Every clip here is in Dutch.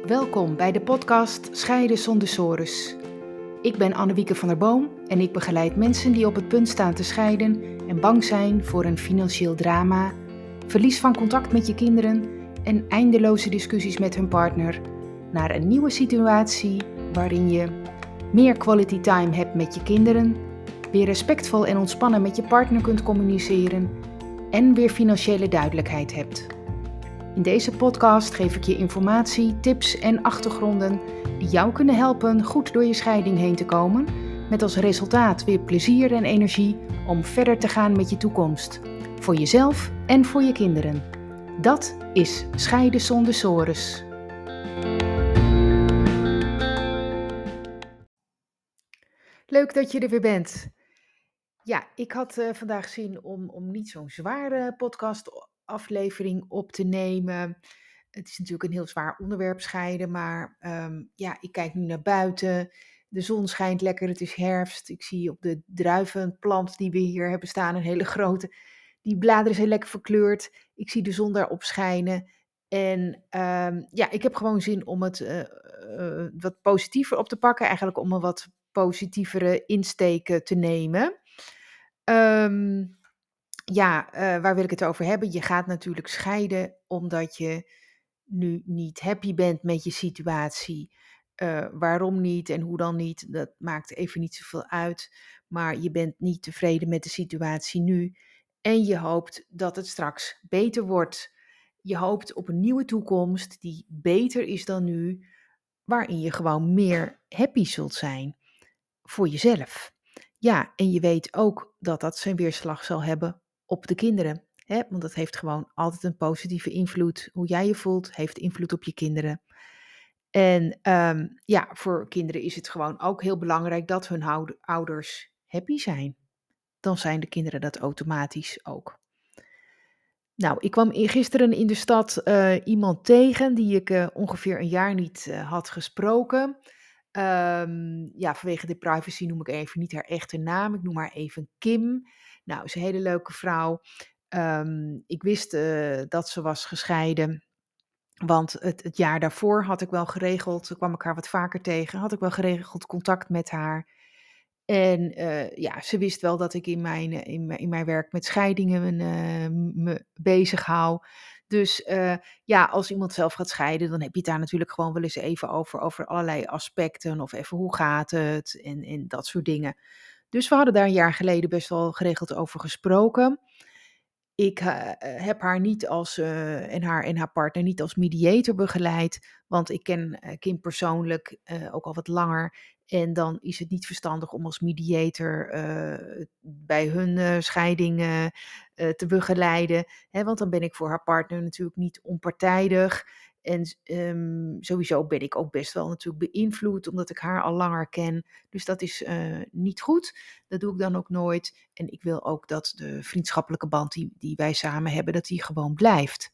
Welkom bij de podcast Scheiden zonder sores. Ik ben Annewieke van der Boom en ik begeleid mensen die op het punt staan te scheiden en bang zijn voor een financieel drama, verlies van contact met je kinderen en eindeloze discussies met hun partner naar een nieuwe situatie waarin je meer quality time hebt met je kinderen, weer respectvol en ontspannen met je partner kunt communiceren en weer financiële duidelijkheid hebt. In deze podcast geef ik je informatie, tips en achtergronden die jou kunnen helpen goed door je scheiding heen te komen, met als resultaat weer plezier en energie om verder te gaan met je toekomst. Voor jezelf en voor je kinderen. Dat is Scheiden zonder sores. Leuk dat je er weer bent. Ja, ik had vandaag zin om niet zo'n zware podcastaflevering op te nemen. Het is natuurlijk een heel zwaar onderwerp scheiden, maar ik kijk nu naar buiten. De zon schijnt lekker, het is herfst. Ik zie op de druivenplant die we hier hebben staan, een hele grote. Die bladeren zijn lekker verkleurd. Ik zie de zon daarop schijnen. En ik heb gewoon zin om het wat positiever op te pakken. Eigenlijk om een wat positievere insteek te nemen. Waar wil ik het over hebben? Je gaat natuurlijk scheiden omdat je nu niet happy bent met je situatie. Waarom niet en hoe dan niet, dat maakt even niet zoveel uit. Maar je bent niet tevreden met de situatie nu. En je hoopt dat het straks beter wordt. Je hoopt op een nieuwe toekomst die beter is dan nu. Waarin je gewoon meer happy zult zijn voor jezelf. Ja, en je weet ook dat dat zijn weerslag zal hebben op de kinderen. Hè? Want dat heeft gewoon altijd een positieve invloed. Hoe jij je voelt, heeft invloed op je kinderen. En voor kinderen is het gewoon ook heel belangrijk dat hun ouders happy zijn. Dan zijn de kinderen dat automatisch ook. Nou, ik kwam gisteren in de stad iemand tegen die ik ongeveer een jaar niet had gesproken. Vanwege de privacy noem ik even niet haar echte naam. Ik noem haar even Kim. Nou, ze is een hele leuke vrouw. Ik wist dat ze was gescheiden. Want het jaar daarvoor had ik wel geregeld, kwam ik haar wat vaker tegen, had ik wel geregeld contact met haar. En ze wist wel dat ik in mijn werk met scheidingen me bezig hou. Dus als iemand zelf gaat scheiden, dan heb je het daar natuurlijk gewoon wel eens even over allerlei aspecten. Of even hoe gaat het en dat soort dingen. Dus we hadden daar een jaar geleden best wel geregeld over gesproken. Ik heb haar niet en haar partner niet als mediator begeleid, want ik ken Kim persoonlijk ook al wat langer. En dan is het niet verstandig om als mediator bij hun scheiding te begeleiden. Hè, want dan ben ik voor haar partner natuurlijk niet onpartijdig. En sowieso ben ik ook best wel natuurlijk beïnvloed, omdat ik haar al langer ken. Dus dat is niet goed. Dat doe ik dan ook nooit. En ik wil ook dat de vriendschappelijke band die wij samen hebben, dat die gewoon blijft.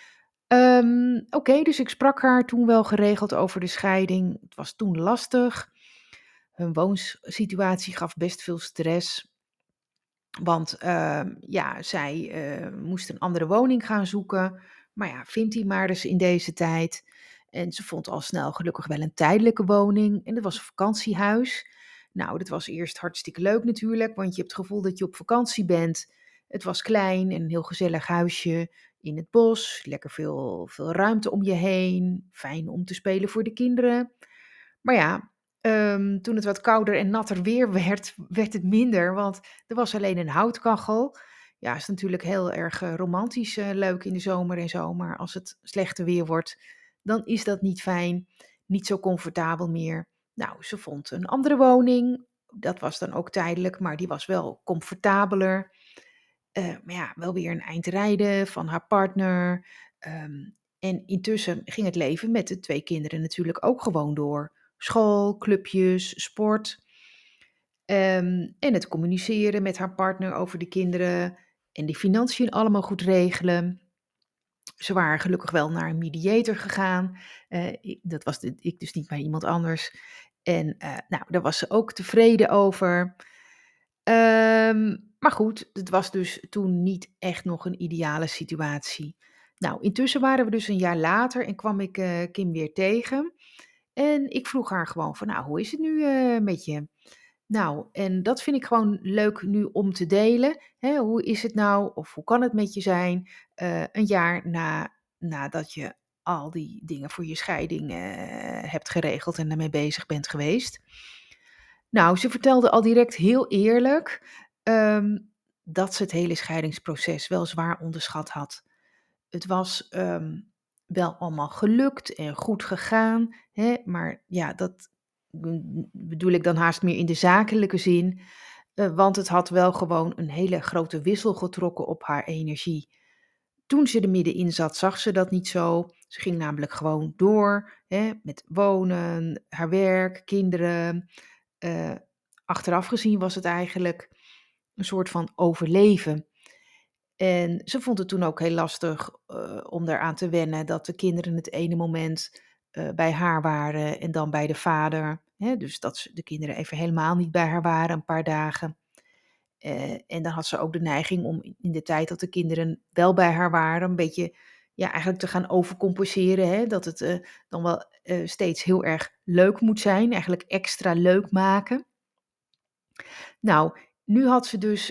Dus ik sprak haar toen wel geregeld over de scheiding. Het was toen lastig. Hun woonsituatie gaf best veel stress. Want zij moest een andere woning gaan zoeken. Maar ja, vindt die maar dus in deze tijd. En ze vond al snel gelukkig wel een tijdelijke woning. En dat was een vakantiehuis. Nou, dat was eerst hartstikke leuk natuurlijk, want je hebt het gevoel dat je op vakantie bent. Het was klein en een heel gezellig huisje in het bos. Lekker veel ruimte om je heen. Fijn om te spelen voor de kinderen. Maar ja, toen het wat kouder en natter weer werd het minder, want er was alleen een houtkachel. Ja, is natuurlijk heel erg romantisch leuk in de zomer en zo, maar als het slechter weer wordt, dan is dat niet fijn, niet zo comfortabel meer. Nou, ze vond een andere woning, dat was dan ook tijdelijk, maar die was wel comfortabeler. Maar ja, wel weer een eind rijden van haar partner. En intussen ging het leven met de 2 kinderen natuurlijk ook gewoon door. School, clubjes, sport. En het communiceren met haar partner over de kinderen en de financiën allemaal goed regelen. Ze waren gelukkig wel naar een mediator gegaan. Dat was ik dus niet bij iemand anders. En daar was ze ook tevreden over. Maar goed, het was dus toen niet echt nog een ideale situatie. Nou, intussen waren we dus een jaar later en kwam ik Kim weer tegen. En ik vroeg haar gewoon van, nou, hoe is het nu met je? Nou, en dat vind ik gewoon leuk nu om te delen. Hè? Hoe is het nou, of hoe kan het met je zijn, een jaar nadat je al die dingen voor je scheiding hebt geregeld en daarmee bezig bent geweest? Nou, ze vertelde al direct heel eerlijk ehm, dat ze het hele scheidingsproces wel zwaar onderschat had. Het was wel allemaal gelukt en goed gegaan, hè, maar ja, dat bedoel ik dan haast meer in de zakelijke zin, want het had wel gewoon een hele grote wissel getrokken op haar energie. Toen ze er middenin zat, zag ze dat niet zo. Ze ging namelijk gewoon door, hè, met wonen, haar werk, kinderen. Eh, Achteraf gezien was het eigenlijk een soort van overleven. En ze vond het toen ook heel lastig, om daaraan te wennen dat de kinderen het ene moment, bij haar waren en dan bij de vader. Hè, dus dat de kinderen even helemaal niet bij haar waren, een paar dagen. En dan had ze ook de neiging om in de tijd dat de kinderen wel bij haar waren, een beetje, ja, eigenlijk te gaan overcompenseren, hè. Dat het, dan wel, steeds heel erg leuk moet zijn, eigenlijk extra leuk maken. Nou, nu had ze dus,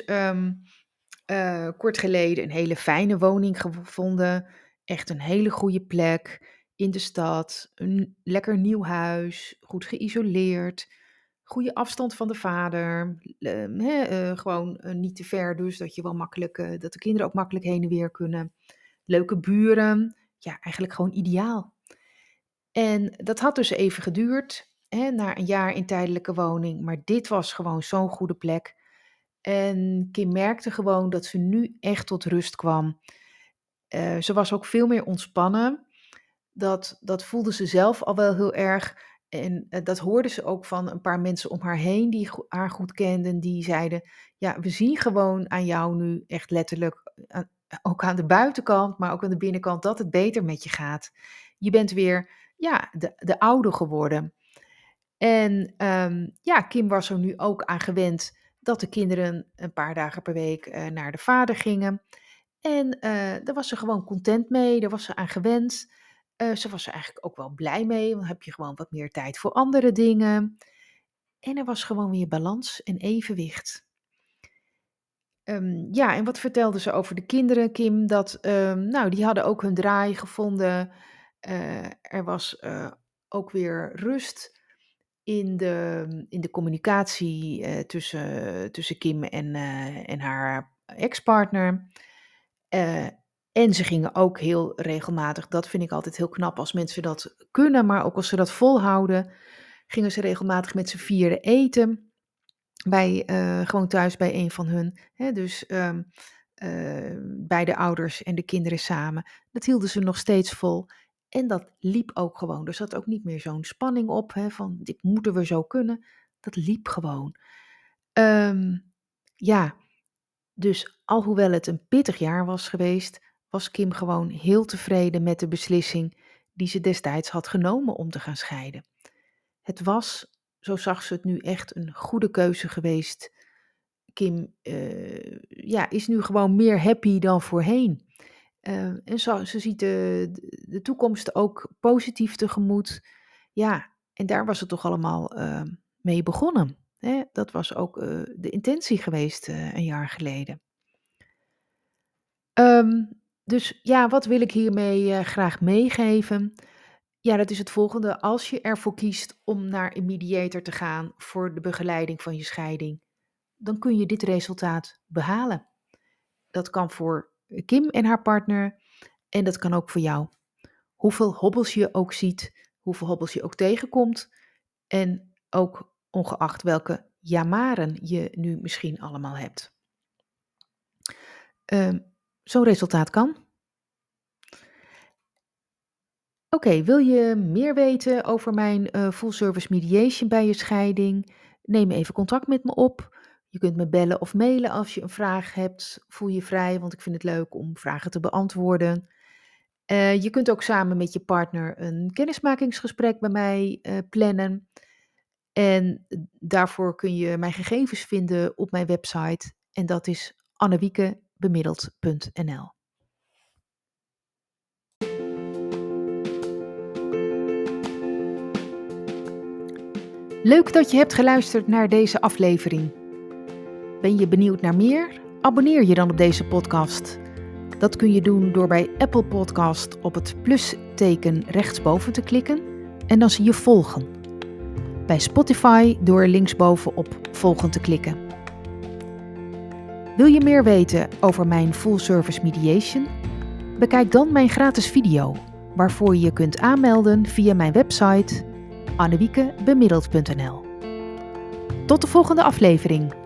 kort geleden een hele fijne woning gevonden. Echt een hele goede plek in de stad. Een lekker nieuw huis, goed geïsoleerd, goede afstand van de vader. Gewoon niet te ver, dus dat je wel makkelijk, dat de kinderen ook makkelijk heen en weer kunnen. Leuke buren. Ja, eigenlijk gewoon ideaal. En dat had dus even geduurd, hè, na een jaar in tijdelijke woning. Maar dit was gewoon zo'n goede plek. En Kim merkte gewoon dat ze nu echt tot rust kwam. Ze was ook veel meer ontspannen. Dat voelde ze zelf al wel heel erg. En dat hoorde ze ook van een paar mensen om haar heen die haar goed kenden. Die zeiden: Ja, we zien gewoon aan jou nu echt letterlijk, ook aan de buitenkant, maar ook aan de binnenkant, dat het beter met je gaat. Je bent weer, ja, de oude geworden. En ja, Kim was er nu ook aan gewend dat de kinderen een paar dagen per week naar de vader gingen. En daar was ze gewoon content mee, daar was ze aan gewend. Ze was er eigenlijk ook wel blij mee, want dan heb je gewoon wat meer tijd voor andere dingen. En er was gewoon weer balans en evenwicht. Ja, en wat vertelde ze over de kinderen, Kim? Dat, nou, die hadden ook hun draai gevonden. Er was ook weer rust in de communicatie tussen Kim en haar ex-partner. Eh, en ze gingen ook heel regelmatig, dat vind ik altijd heel knap als mensen dat kunnen, maar ook als ze dat volhouden, gingen ze regelmatig met z'n vieren eten. Gewoon thuis bij een van hun. Hè, dus beide ouders en de kinderen samen. Dat hielden ze nog steeds vol. En dat liep ook gewoon. Er zat ook niet meer zo'n spanning op, hè, van dit moeten we zo kunnen. Dat liep gewoon. Ehm, ja, dus alhoewel het een pittig jaar was geweest, was Kim gewoon heel tevreden met de beslissing die ze destijds had genomen om te gaan scheiden. Het was, zo zag ze het nu, echt een goede keuze geweest. Kim ja, is nu gewoon meer happy dan voorheen. En ze ziet de toekomst ook positief tegemoet. Ja, en daar was het toch allemaal mee begonnen. Hè? Dat was ook de intentie geweest een jaar geleden. Ehm, dus ja, wat wil ik hiermee graag meegeven? Ja, dat is het volgende. Als je ervoor kiest om naar een mediator te gaan voor de begeleiding van je scheiding, dan kun je dit resultaat behalen. Dat kan voor Kim en haar partner en dat kan ook voor jou. Hoeveel hobbels je ook ziet, hoeveel hobbels je ook tegenkomt en ook ongeacht welke jamaren je nu misschien allemaal hebt. Ehm, Zo'n resultaat kan. Oké, wil je meer weten over mijn full service mediation bij je scheiding? Neem even contact met me op. Je kunt me bellen of mailen als je een vraag hebt. Voel je vrij, want ik vind het leuk om vragen te beantwoorden. Je kunt ook samen met je partner een kennismakingsgesprek bij mij plannen. En daarvoor kun je mijn gegevens vinden op mijn website. En dat is annewiekebemiddeld.nl. Leuk dat je hebt geluisterd naar deze aflevering. Ben je benieuwd naar meer? Abonneer je dan op deze podcast. Dat kun je doen door bij Apple Podcast op het plusteken rechtsboven te klikken en dan zie je volgen. Bij Spotify door linksboven op volgen te klikken. Wil je meer weten over mijn full service mediation? Bekijk dan mijn gratis video, waarvoor je je kunt aanmelden via mijn website annewiekebemiddeld.nl. Tot de volgende aflevering.